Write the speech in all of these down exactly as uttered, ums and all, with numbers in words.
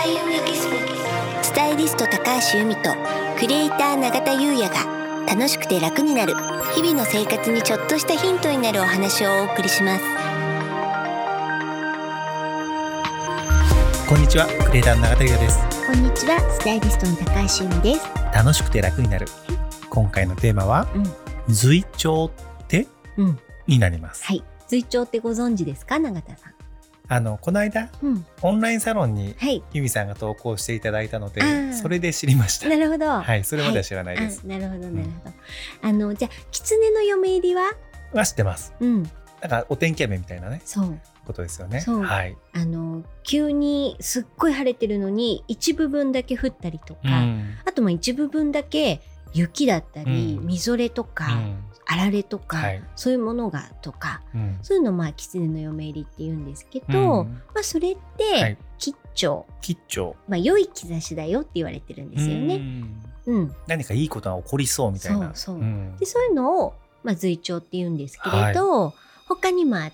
優也ギススタイリスト高橋由美とクリエイター永田優也が楽しくて楽になる日々の生活にちょっとしたヒントになるお話をお送りします。 こんにちは、クリエイターの永田優也です。 こんにちは、スタイリストの高橋由美です。 楽しくて楽になる。今回のテーマは、うん、随調って、うん、になります。 はい、随調ってご存知ですか、永田さん。 あのこの間、うん、オンラインサロンに由美さんが投稿していただいたので、はい、それで知りました。 なるほど。 はい、それまでは知らないです。 はい、なるほどなるほど、うん、あのじゃあ狐の嫁入りはは知ってます。うん、だからお天気雨みたいなね、 そうことですよね。 そう、 はい、 あの急にすっごい晴れてるのに一部分だけ降ったりとか、うん、あとも一部分だけ雪だったり、うん、みぞれとか、うん、あられとか、はい、そういうものがとか、うん、そういうのをまあ狐の嫁入りって言うんですけど、うん、まあ、それって、はい、吉兆、 吉兆、 まあ、良い兆しだよって言われてるんですよね。うんうん、 何かいいことが起こりそうみたいな。 そうそう、うん、でそういうのを、まあ、随調って言うんですけれど、はい、他にもあって、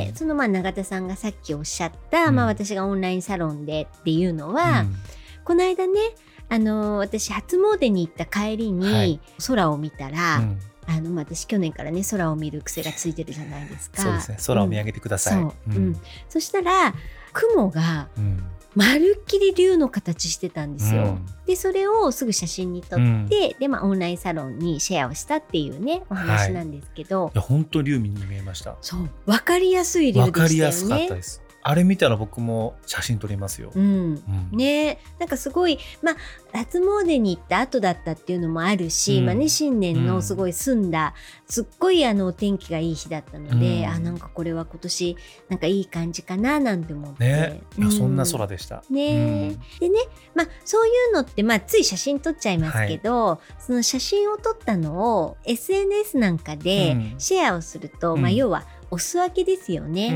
うん、そのまあ永田さんがさっきおっしゃった、うん、まあ、私がオンラインサロンでっていうのは、うん、この間ね、あのー、私初詣に行った帰りに空を見たら、はい、うん、あの私去年からね空を見る癖がついてるじゃないですか。 そうですね、空を見上げてください。うん、そう、うん、 そしたら雲がまるっきり竜の形してたんですよ、うん、でそれをすぐ写真に撮って、うん、で、まあ、オンラインサロンにシェアをしたっていうねお話なんですけど、 はい、いや本当竜に見えました。 そう分かりやすい竜でしたよね。 分かりやすかったです。あれ見たら僕も写真撮りますよ、 うんうん、ね、なんかすごい、まあ、初詣に行った後だったっていうのもあるし、うんまあね、新年のすごい澄んだ、うん、すっごいあのお天気がいい日だったので、うん、あなんかこれは今年なんかいい感じかななんて思って、 ね、いや、うん、そんな空でしたね、うん、でね、まあ、そういうのって、まあ、つい写真撮っちゃいますけど、はい、その写真を撮ったのを エスエヌエス なんかでシェアをすると、うんまあ、要はお裾分けですよね、うんうん、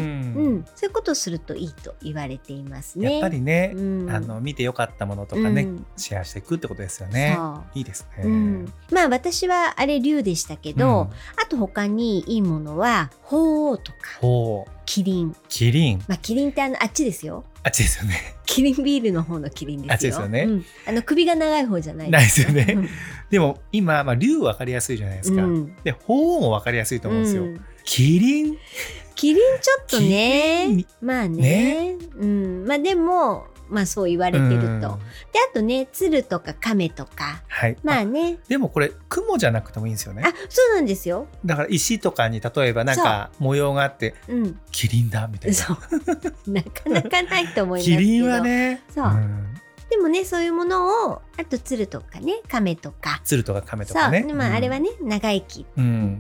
そういうことをするといいと言われていますね。 やっぱりね、うん、あの見てよかったものとかね、うん、シェアしていくってことですよね。いいですね、うん、 まあ私はあれ竜でしたけど、うん、あと他にいいものは鳳凰とかキリン。 キリン、 まあ、キリンってあのあっちですよ。 あっちですよね。 キリンビールの方のキリンですよ。 あっちですよね、 うん、あの首が長い方じゃないですよね。でも今、まあ、竜分かりやすいじゃないですか、うん、で鳳凰も分かりやすいと思うんですよ、うん、キリンキリンちょっとね、まあね、ね、うん、まあでもまあそう言われてると、であとね鶴とか亀とか、はい、まあね、 でもこれ雲じゃなくてもいいんですよね。 あ、そうなんですよ。 だから石とかに例えばなんか模様があって、うん、キリンだみたいな、 そうなかなかないと思いますけど、 キリンはね、そう、うん、 でもねそういうものをあと鶴とかね亀とか鶴とか亀とかね、 そう、まあ、あれはね、うん、長生き、うん、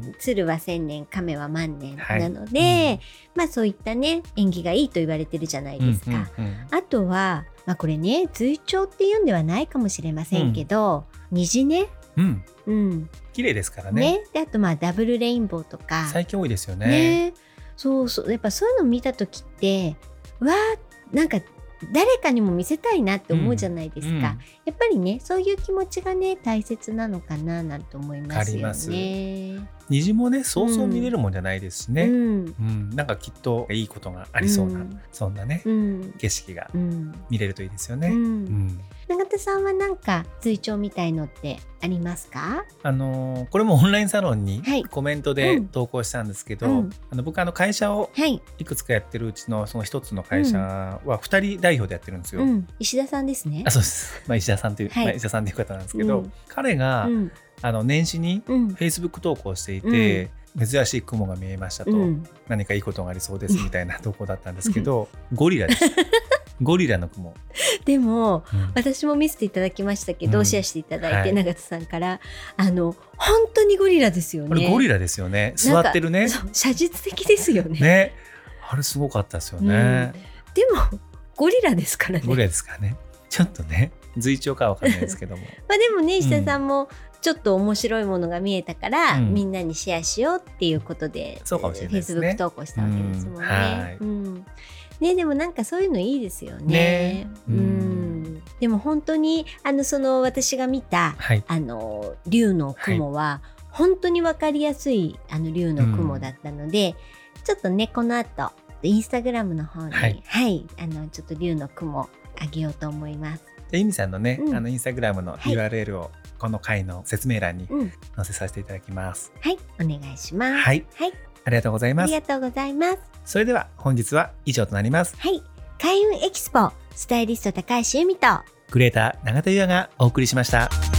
鶴は千年亀は万年なので、はい、うん、まあそういったね縁起がいいと言われてるじゃないですか、うんうんうん、あとは、まあ、これね随調っていうんではないかもしれませんけど、うん、虹ね、うんうん、 綺麗ですからね。 ね、であとまあダブルレインボーとか最近多いですよ ね, ね。そうそう、やっぱそういうのを見た時ってわーなんか誰かにも見せたいなって思うじゃないですか、うんうん、やっぱりねそういう気持ちがね大切なのかななんて思いますよね。 虹もねそうそう見れるもんじゃないですしね、うんうん、なんかきっといいことがありそうな、うん、そんなね、うん、景色が見れるといいですよね、うんうん、 永田さんはなんか随調みたいのってありますか？ あのー、これもオンラインサロンにコメントで投稿したんですけど、はいうん、あの僕あの会社をいくつかやってるうちのその一つの会社はふたり代表でやってるんですよ、うん、 石田さんですね。 あ、そうです、まあ、石田さんという、はい、まあ、石田さんという方なんですけど、うん、彼が、うん、あの年始に Facebook 投稿していて、うん、珍しい雲が見えましたと、うん、何かいいことがありそうですみたいな投稿だったんですけど、うん、ゴリラですゴリラの雲でも、うん、私も見せていただきましたけど、うん、シェアしていただいて、はい、永田さんからあの本当にゴリラですよね。 これゴリラですよね。座ってるね。 写実的ですよね。 ね、あれすごかったですよね、うん、 でもゴリラですからね。 ゴリラですからね。ちょっとね随調かわかんないですけどもまあでもね石田さんもちょっと面白いものが見えたから、うん、みんなにシェアしようっていうことで、 そうかもしれないですね、 Facebook 投稿したわけですもんね、うん、はい、うんね、でもなんかそういうのいいですよね。ね、うん、でも本当にあのその私が見た、はい、あの竜の雲は、はい、本当に分かりやすいあの竜の雲だったので、うん、ちょっとねこの後インスタグラムの方に、はいはい、あのちょっと竜の雲あげようと思います。 じゃあ由美さんのね、うん、あのインスタグラムの ユーアールエル をこの回の説明欄に載せさせていただきます。 はい、お願いします。 はい、はい、ありがとうございます。 ありがとうございます。 それでは本日は以上となります。 はい、開運エキスポスタイリスト高橋由美とクリエイター永田優也がお送りしました。